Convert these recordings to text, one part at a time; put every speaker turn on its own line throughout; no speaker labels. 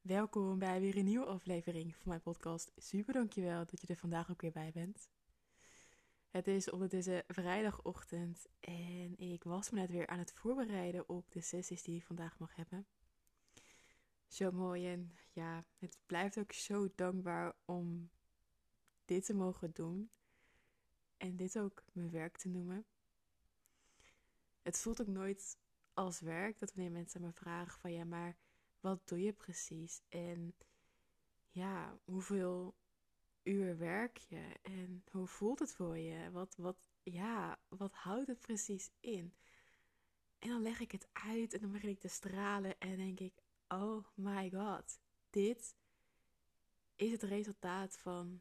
Welkom bij weer een nieuwe aflevering van mijn podcast. Super dankjewel dat je er vandaag ook weer bij bent. Het is ondertussen vrijdagochtend en ik was me net weer aan het voorbereiden op de sessies die ik vandaag mag hebben. Zo mooi en ja, het blijft ook zo dankbaar om dit te mogen doen en dit ook mijn werk te noemen. Het voelt ook nooit als werk dat wanneer mensen me vragen van ja, maar wat doe je precies? En ja, hoeveel uur werk je en hoe voelt het voor je? Wat houdt het precies in? En dan leg ik het uit en dan begin ik te stralen en denk ik, oh my god, dit is het resultaat van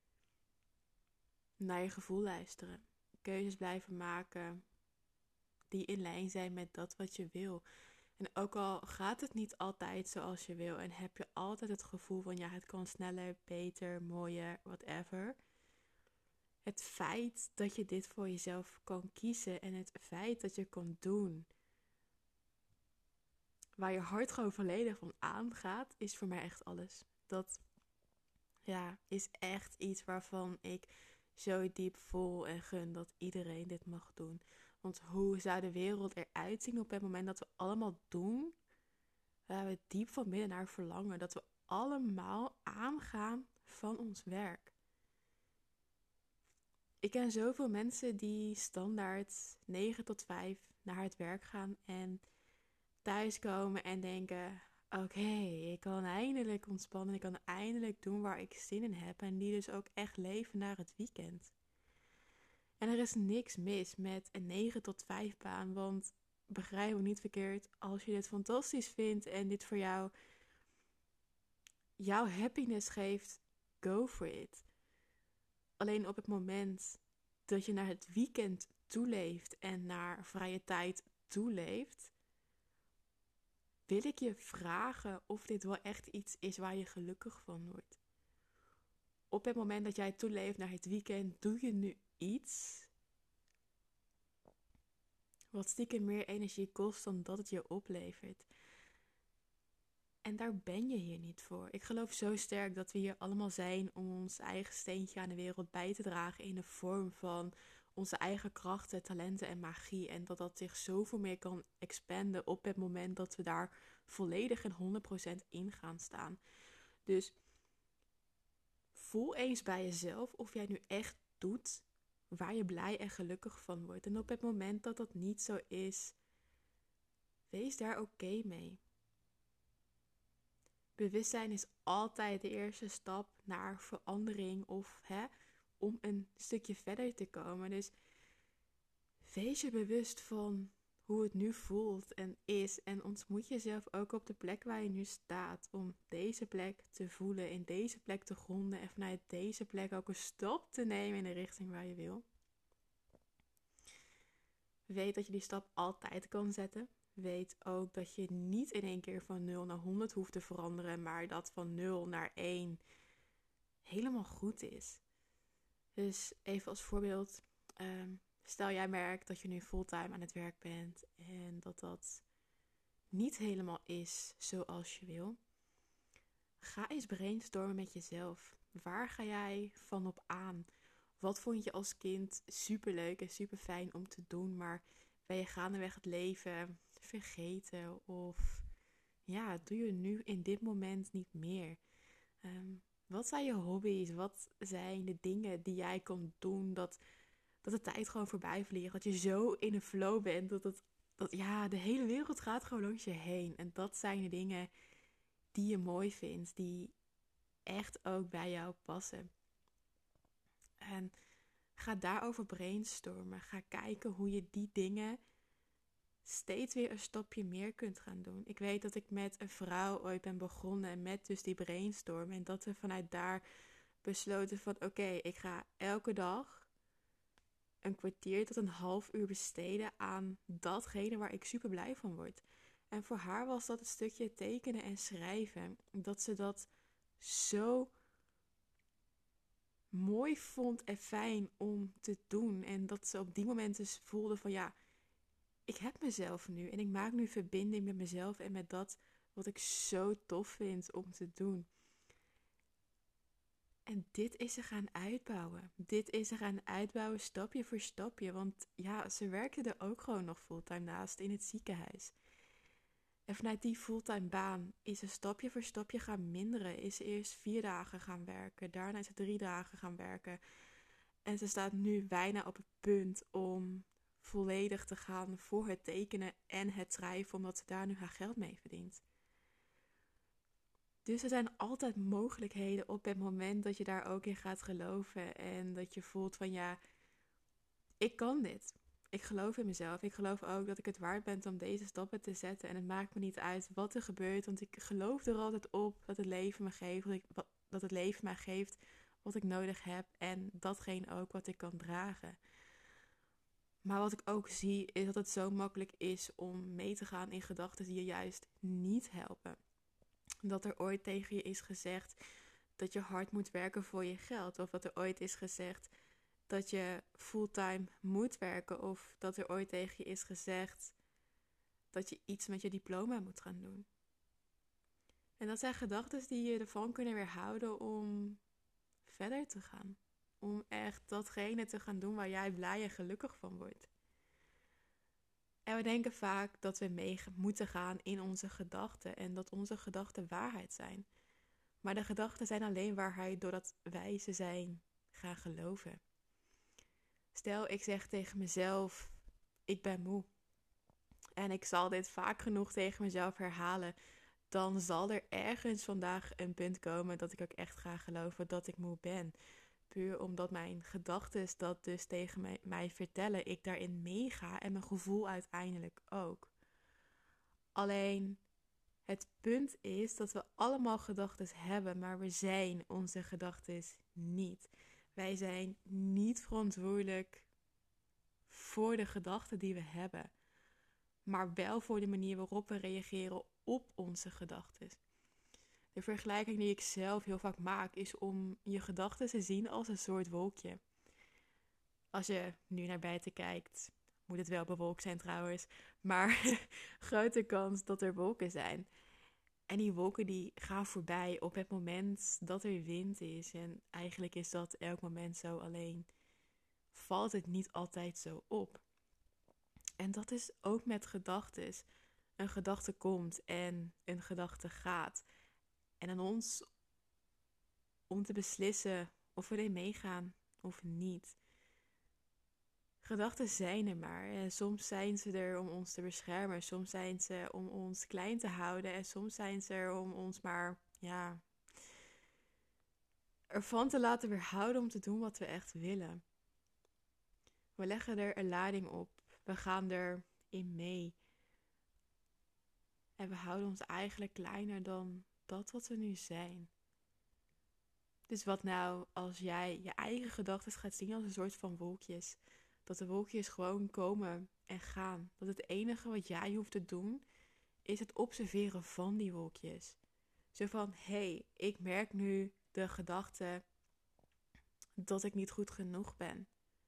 naar je gevoel luisteren. Keuzes blijven maken die in lijn zijn met dat wat je wil. En ook al gaat het niet altijd zoals je wil en heb je altijd het gevoel van ja, het kan sneller, beter, mooier, whatever. Het feit dat je dit voor jezelf kan kiezen en het feit dat je kan doen waar je hart gewoon volledig van aangaat, is voor mij echt alles. Dat is echt iets waarvan ik zo diep voel en gun dat iedereen dit mag doen. Want hoe zou de wereld eruit zien op het moment dat we allemaal doen waar we diep van binnen naar verlangen? Dat we allemaal aangaan van ons werk. Ik ken zoveel mensen die standaard 9 tot 5 naar het werk gaan en thuiskomen en denken: oké, ik kan eindelijk ontspannen, ik kan eindelijk doen waar ik zin in heb. En die dus ook echt leven naar het weekend. En er is niks mis met een 9 tot 5 baan, want begrijp me niet verkeerd, als je dit fantastisch vindt en dit voor jou jouw happiness geeft, go for it. Alleen op het moment dat je naar het weekend toeleeft en naar vrije tijd toeleeft, wil ik je vragen of dit wel echt iets is waar je gelukkig van wordt. Op het moment dat jij toeleeft naar het weekend, doe je nu iets wat stiekem meer energie kost dan dat het je oplevert. En daar ben je hier niet voor. Ik geloof zo sterk dat we hier allemaal zijn om ons eigen steentje aan de wereld bij te dragen in de vorm van onze eigen krachten, talenten en magie. En dat dat zich zoveel meer kan expanden op het moment dat we daar volledig en 100% in gaan staan. Dus voel eens bij jezelf of jij nu echt doet waar je blij en gelukkig van wordt. En op het moment dat dat niet zo is, wees daar oké mee. Bewustzijn is altijd de eerste stap naar verandering of om een stukje verder te komen. Dus wees je bewust van hoe het nu voelt en is. En ontmoet jezelf ook op de plek waar je nu staat. Om deze plek te voelen, in deze plek te gronden. En vanuit deze plek ook een stap te nemen in de richting waar je wil. Weet dat je die stap altijd kan zetten. Weet ook dat je niet in één keer van 0 naar 100 hoeft te veranderen. Maar dat van 0 naar 1 helemaal goed is. Dus even als voorbeeld. Stel jij merkt dat je nu fulltime aan het werk bent. En dat dat niet helemaal is zoals je wil. Ga eens brainstormen met jezelf. Waar ga jij van op aan? Wat vond je als kind superleuk en super fijn om te doen, maar ben je gaandeweg het leven vergeten? Of doe je nu in dit moment niet meer? Wat zijn je hobby's? Wat zijn de dingen die jij kan doen dat de tijd gewoon voorbij vliegt? Dat je zo in een flow bent dat de hele wereld gaat gewoon langs je heen. En dat zijn de dingen die je mooi vindt, die echt ook bij jou passen. En ga daarover brainstormen. Ga kijken hoe je die dingen steeds weer een stapje meer kunt gaan doen. Ik weet dat ik met een vrouw ooit ben begonnen met dus die brainstorm. En dat we vanuit daar besloten van oké, ik ga elke dag een kwartier tot een half uur besteden aan datgene waar ik super blij van word. En voor haar was dat het stukje tekenen en schrijven. Dat ze dat zo mooi vond en fijn om te doen. En dat ze op die momenten dus voelde van ik heb mezelf nu. En ik maak nu verbinding met mezelf en met dat Wat ik zo tof vind om te doen. En dit is ze gaan uitbouwen. Dit is ze gaan uitbouwen stapje voor stapje. Want ja, ze werkte er ook gewoon nog fulltime naast in het ziekenhuis. En vanuit die fulltime baan is ze stapje voor stapje gaan minderen. Is ze eerst 4 dagen gaan werken. Daarna is ze 3 dagen gaan werken. En ze staat nu bijna op het punt om volledig te gaan voor het tekenen en het schrijven. Omdat ze daar nu haar geld mee verdient. Dus er zijn altijd mogelijkheden op het moment dat je daar ook in gaat geloven. En dat je voelt van ja, ik kan dit. Ik geloof in mezelf. Ik geloof ook dat ik het waard ben om deze stappen te zetten. En het maakt me niet uit wat er gebeurt. Want ik geloof er altijd op dat het leven me geeft. Dat het leven mij geeft wat ik nodig heb. En datgene ook wat ik kan dragen. Maar wat ik ook zie is dat het zo makkelijk is om mee te gaan in gedachten die je juist niet helpen. Dat er ooit tegen je is gezegd dat je hard moet werken voor je geld. Of dat er ooit is gezegd dat je fulltime moet werken. Of dat er ooit tegen je is gezegd dat je iets met je diploma moet gaan doen. En dat zijn gedachten die je ervan kunnen weerhouden om verder te gaan. Om echt datgene te gaan doen waar jij blij en gelukkig van wordt. En we denken vaak dat we mee moeten gaan in onze gedachten. En dat onze gedachten waarheid zijn. Maar de gedachten zijn alleen waarheid doordat wij ze zijn gaan geloven. Stel, ik zeg tegen mezelf, ik ben moe. En ik zal dit vaak genoeg tegen mezelf herhalen. Dan zal er ergens vandaag een punt komen dat ik ook echt ga geloven dat ik moe ben. Puur omdat mijn gedachten dat dus tegen mij vertellen. Ik daarin meega en mijn gevoel uiteindelijk ook. Alleen het punt is dat we allemaal gedachten hebben, maar we zijn onze gedachten niet. Wij zijn niet verantwoordelijk voor de gedachten die we hebben, maar wel voor de manier waarop we reageren op onze gedachten. De vergelijking die ik zelf heel vaak maak is om je gedachten te zien als een soort wolkje. Als je nu naar buiten kijkt, moet het wel bewolkt zijn trouwens, maar grote kans dat er wolken zijn. En die wolken die gaan voorbij op het moment dat er wind is. En eigenlijk is dat elk moment zo, alleen valt het niet altijd zo op. En dat is ook met gedachten. Een gedachte komt en een gedachte gaat. En aan ons om te beslissen of we erin meegaan of niet. Gedachten zijn er maar. En soms zijn ze er om ons te beschermen. Soms zijn ze om ons klein te houden. En soms zijn ze er om ons maar, ervan te laten weerhouden om te doen wat we echt willen. We leggen er een lading op. We gaan erin mee. En we houden ons eigenlijk kleiner dan dat wat we nu zijn. Dus wat nou als jij je eigen gedachten gaat zien als een soort van wolkjes? Dat de wolkjes gewoon komen en gaan. Dat het enige wat jij hoeft te doen is het observeren van die wolkjes. Zo van, ik merk nu de gedachte dat ik niet goed genoeg ben.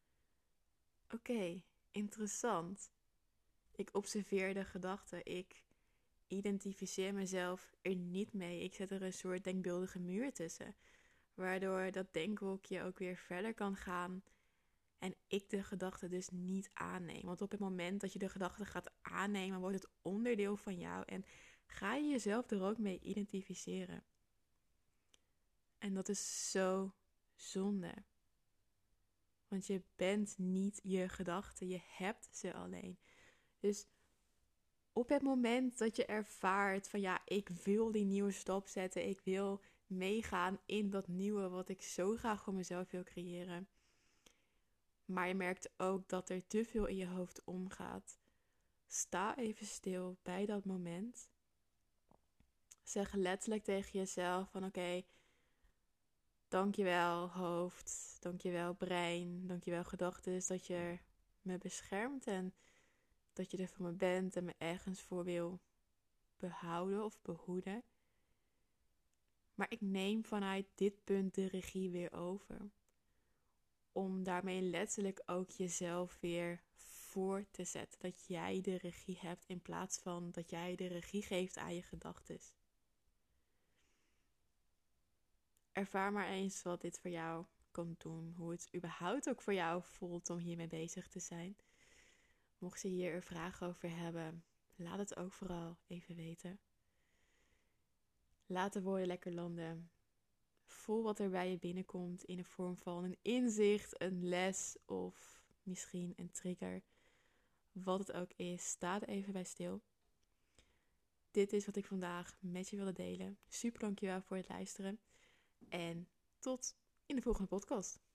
Oké, interessant. Ik observeer de gedachte. Ik identificeer mezelf er niet mee. Ik zet er een soort denkbeeldige muur tussen. Waardoor dat denkwolkje ook weer verder kan gaan. En ik de gedachte dus niet aanneem. Want op het moment dat je de gedachte gaat aannemen, wordt het onderdeel van jou. En ga je jezelf er ook mee identificeren. En dat is zo zonde. Want je bent niet je gedachten. Je hebt ze alleen. Dus op het moment dat je ervaart van ik wil die nieuwe stap zetten. Ik wil meegaan in dat nieuwe wat ik zo graag voor mezelf wil creëren. Maar je merkt ook dat er te veel in je hoofd omgaat. Sta even stil bij dat moment. Zeg letterlijk tegen jezelf van oké, dankjewel hoofd, dankjewel brein, dankjewel gedachten dat je me beschermt en dat je er voor me bent en me ergens voor wil behouden of behoeden. Maar ik neem vanuit dit punt de regie weer over. Om daarmee letterlijk ook jezelf weer voor te zetten. Dat jij de regie hebt in plaats van dat jij de regie geeft aan je gedachten. Ervaar maar eens wat dit voor jou kan doen. Hoe het überhaupt ook voor jou voelt om hiermee bezig te zijn. Mocht je hier een vraag over hebben, laat het ook vooral even weten. Laat de woorden lekker landen. Voel wat er bij je binnenkomt in de vorm van een inzicht, een les of misschien een trigger. Wat het ook is, sta er even bij stil. Dit is wat ik vandaag met je wilde delen. Super dankjewel voor het luisteren. En tot in de volgende podcast.